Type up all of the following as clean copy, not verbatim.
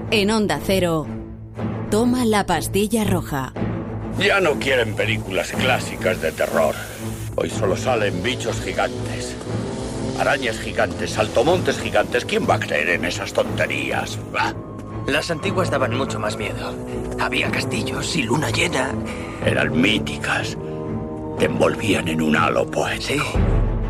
En Onda Cero, toma la pastilla roja. Ya no quieren películas clásicas de terror. Hoy solo salen bichos gigantes. Arañas gigantes, saltomontes gigantes. ¿Quién va a creer en esas tonterías? ¿Va? Las antiguas daban mucho más miedo. Había castillos y luna llena. Eran míticas. Te envolvían en un halo poético. Sí.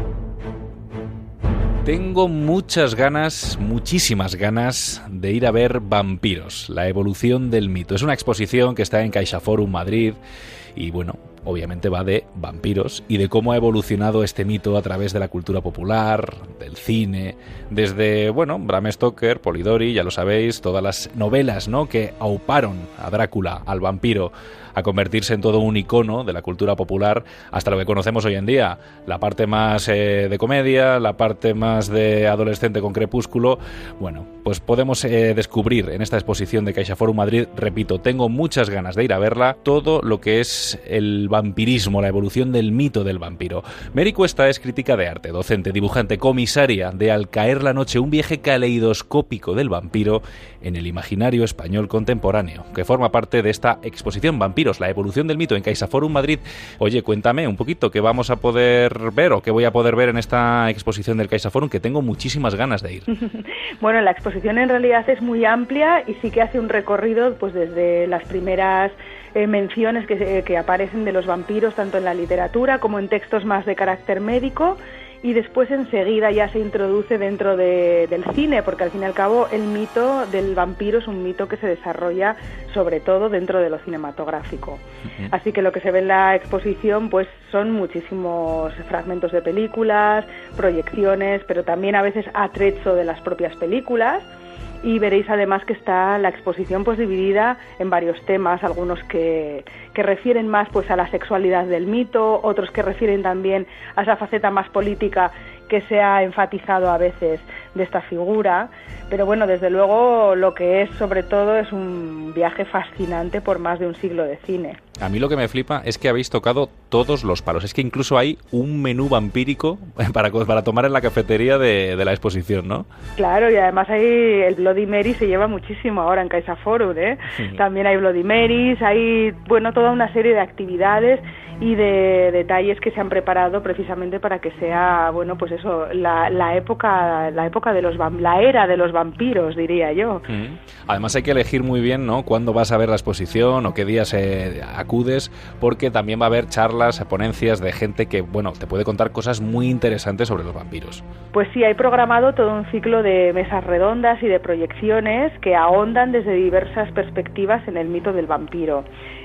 Tengo muchas ganas, muchísimas ganas de ir a ver Vampiros, la evolución del mito. Es una exposición que está en CaixaForum Madrid y bueno, obviamente va de vampiros y de cómo ha evolucionado este mito a través de la cultura popular, del cine, desde, bueno, Bram Stoker, Polidori, ya lo sabéis, todas las novelas, ¿no?, que auparon a Drácula, al vampiro, a convertirse en todo un icono de la cultura popular, hasta lo que conocemos hoy en día, la parte más de comedia, la parte más de adolescente con Crepúsculo. Bueno, pues podemos descubrir en esta exposición de CaixaForum Madrid, repito, tengo muchas ganas de ir a verla, todo lo que es el vampirismo, la evolución del mito del vampiro. Mary Cuesta es crítica de arte, docente, dibujante, comisaria de Al caer la noche, un viaje caleidoscópico del vampiro en el imaginario español contemporáneo, que forma parte de esta exposición Vampiros, la evolución del mito en CaixaForum Madrid. Oye, cuéntame un poquito qué vamos a poder ver o qué voy a poder ver en esta exposición del CaixaForum, que tengo muchísimas ganas de ir. Bueno, la exposición en realidad es muy amplia y sí que hace un recorrido pues desde las primeras menciones que aparecen de los vampiros, tanto en la literatura como en textos más de carácter médico, y después enseguida ya se introduce dentro del cine, porque al fin y al cabo el mito del vampiro es un mito que se desarrolla sobre todo dentro de lo cinematográfico. Así que lo que se ve en la exposición pues son muchísimos fragmentos de películas, proyecciones, pero también a veces atrecho de las propias películas. Y veréis además que está la exposición pues dividida en varios temas, algunos que refieren más pues a la sexualidad del mito, otros que refieren también a esa faceta más política que se ha enfatizado a veces de esta figura. Pero bueno, desde luego lo que es sobre todo es un viaje fascinante por más de un siglo de cine. A mí lo que me flipa es que habéis tocado todos los palos. Es que incluso hay un menú vampírico para tomar en la cafetería de la exposición, ¿no? Claro, y además hay el Bloody Mary, se lleva muchísimo ahora en CaixaForum, ¿eh? Sí. También hay Bloody Marys, hay, bueno, toda una serie de actividades y de detalles que se han preparado precisamente para que sea, bueno, pues eso, la época de la era de los vampiros, diría yo. Además hay que elegir muy bien, ¿no?, cuándo vas a ver la exposición o qué días acudes, porque también va a haber charlas, ponencias de gente que, bueno, te puede contar cosas muy interesantes sobre los vampiros. Pues sí, hay programado todo un ciclo de mesas redondas y de proyecciones que ahondan desde diversas perspectivas en el mito del vampiro.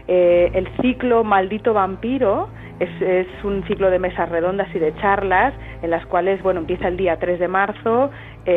El ciclo Maldito Vampiro es un ciclo de mesas redondas y de charlas en las cuales, bueno, empieza el día 3 de marzo.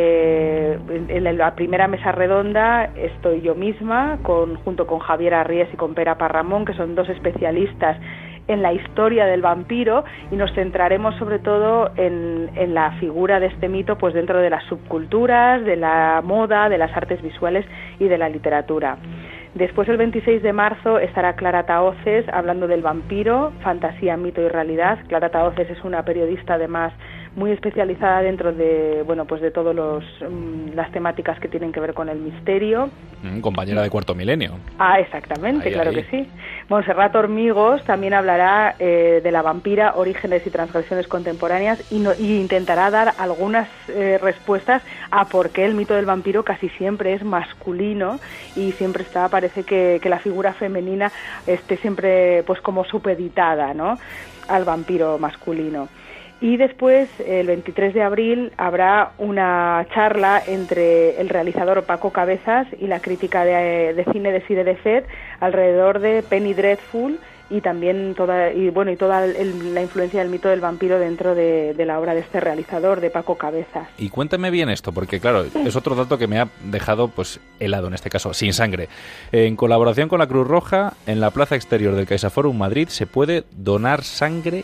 En la primera mesa redonda estoy yo misma, junto con Javier Arries y con Pera Parramón, que son dos especialistas en la historia del vampiro, y nos centraremos sobre todo en la figura de este mito pues dentro de las subculturas, de la moda, de las artes visuales y de la literatura. Después, el 26 de marzo, estará Clara Tahoces hablando del vampiro, fantasía, mito y realidad. Clara Tahoces es una periodista, además, muy especializada dentro de, bueno, pues de todas las temáticas que tienen que ver con el misterio. Compañera de Cuarto Milenio. Ah, exactamente, claro que sí. Montserrat Hormigos también hablará de la vampira, orígenes y transgresiones contemporáneas y intentará dar algunas respuestas a por qué el mito del vampiro casi siempre es masculino y siempre parece que la figura femenina esté siempre pues como supeditada, ¿no?, al vampiro masculino. Y después, el 23 de abril, habrá una charla entre el realizador Paco Cabezas y la crítica de cine de Sire de Fet alrededor de Penny Dreadful y también toda la influencia del mito del vampiro dentro de la obra de este realizador, de Paco Cabezas. Y cuéntame bien esto, porque claro, es otro dato que me ha dejado pues helado, en este caso, sin sangre. En colaboración con la Cruz Roja, en la plaza exterior del CaixaForum Madrid se puede donar sangre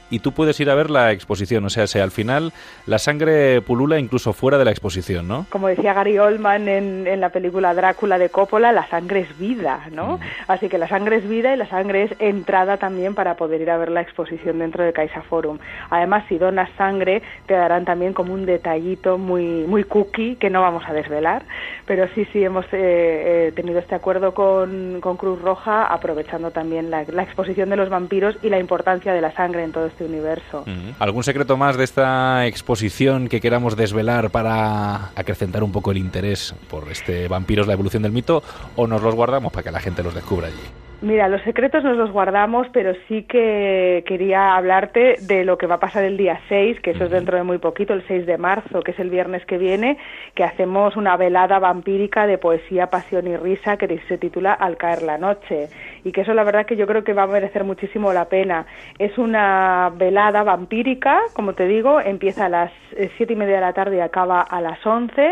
y tú puedes ir a ver la exposición. O sea, al final la sangre pulula incluso fuera de la exposición, ¿no? Como decía Gary Oldman en la película Drácula de Coppola, la sangre es vida, ¿no? Así que la sangre es vida y la sangre es entrada también para poder ir a ver la exposición dentro de CaixaForum. Además, si donas sangre, te darán también como un detallito muy cookie que no vamos a desvelar, pero sí hemos tenido este acuerdo con Cruz Roja, aprovechando también la exposición de los vampiros y la importancia de la sangre en todo este universo. ¿Algún secreto más de esta exposición que queramos desvelar para acrecentar un poco el interés por este Vampiros, la evolución del mito, o nos los guardamos para que la gente los descubra allí? Mira, los secretos nos los guardamos, pero sí que quería hablarte de lo que va a pasar el día 6, que eso es dentro de muy poquito, el 6 de marzo, que es el viernes que viene, que hacemos una velada vampírica de poesía, pasión y risa que se titula Al caer la noche, y que eso la verdad que yo creo que va a merecer muchísimo la pena. Es una velada vampírica, como te digo, empieza a las 7:30 de la tarde y acaba a las 11.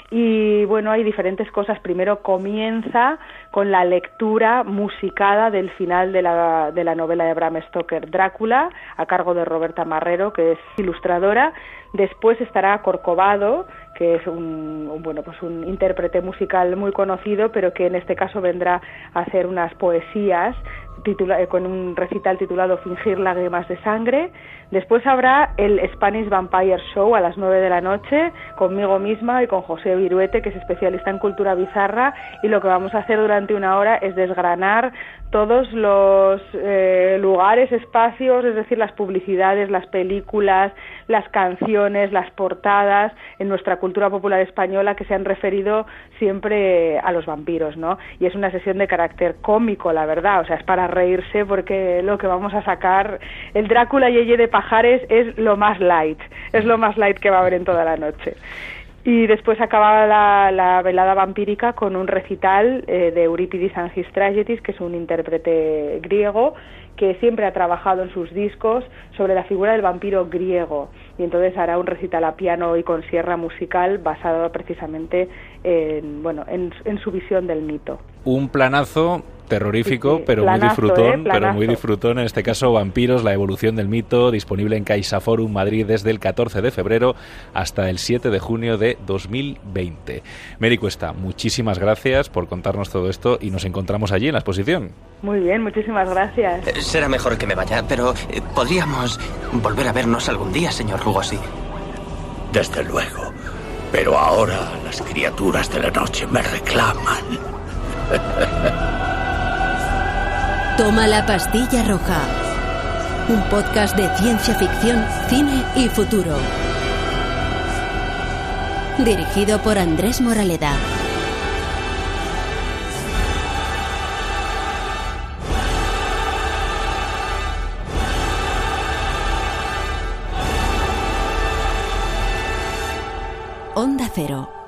Y bueno, hay diferentes cosas. Primero comienza con la lectura musicada del final de la novela de Bram Stoker, Drácula, a cargo de Roberta Marrero, que es ilustradora. Después estará Corcovado, que es un intérprete musical muy conocido, pero que en este caso vendrá a hacer unas poesías con un recital titulado Fingir lágrimas de sangre. Después habrá el Spanish Vampire Show a las 9 de la noche, conmigo misma y con José Viruete, que es especialista en cultura bizarra, y lo que vamos a hacer durante una hora es desgranar todos los lugares, espacios, es decir, las publicidades, las películas, las canciones, las portadas en nuestra cultura popular española que se han referido siempre a los vampiros, ¿no? Y es una sesión de carácter cómico, la verdad, o sea, es para reírse, porque lo que vamos a sacar, el Drácula Yeye de Pajares, es lo más light que va a haber en toda la noche. Y después acaba la velada vampírica con un recital de Euripides and His Tragedies, que es un intérprete griego que siempre ha trabajado en sus discos sobre la figura del vampiro griego, y entonces hará un recital a piano y con sierra musical basado precisamente en su visión del mito. Un planazo terrorífico, sí, pero planazo, muy disfrutón, en este caso Vampiros, la evolución del mito, disponible en CaixaForum Madrid desde el 14 de febrero hasta el 7 de junio de 2020. Mary Cuesta, muchísimas gracias por contarnos todo esto y nos encontramos allí en la exposición. Muy bien, muchísimas gracias. Será mejor que me vaya, pero podríamos volver a vernos algún día, señor Lugosi. Desde luego, pero ahora las criaturas de la noche me reclaman. Toma la pastilla roja. Un podcast de ciencia ficción, cine y futuro. Dirigido por Andrés Moraleda. Onda Cero.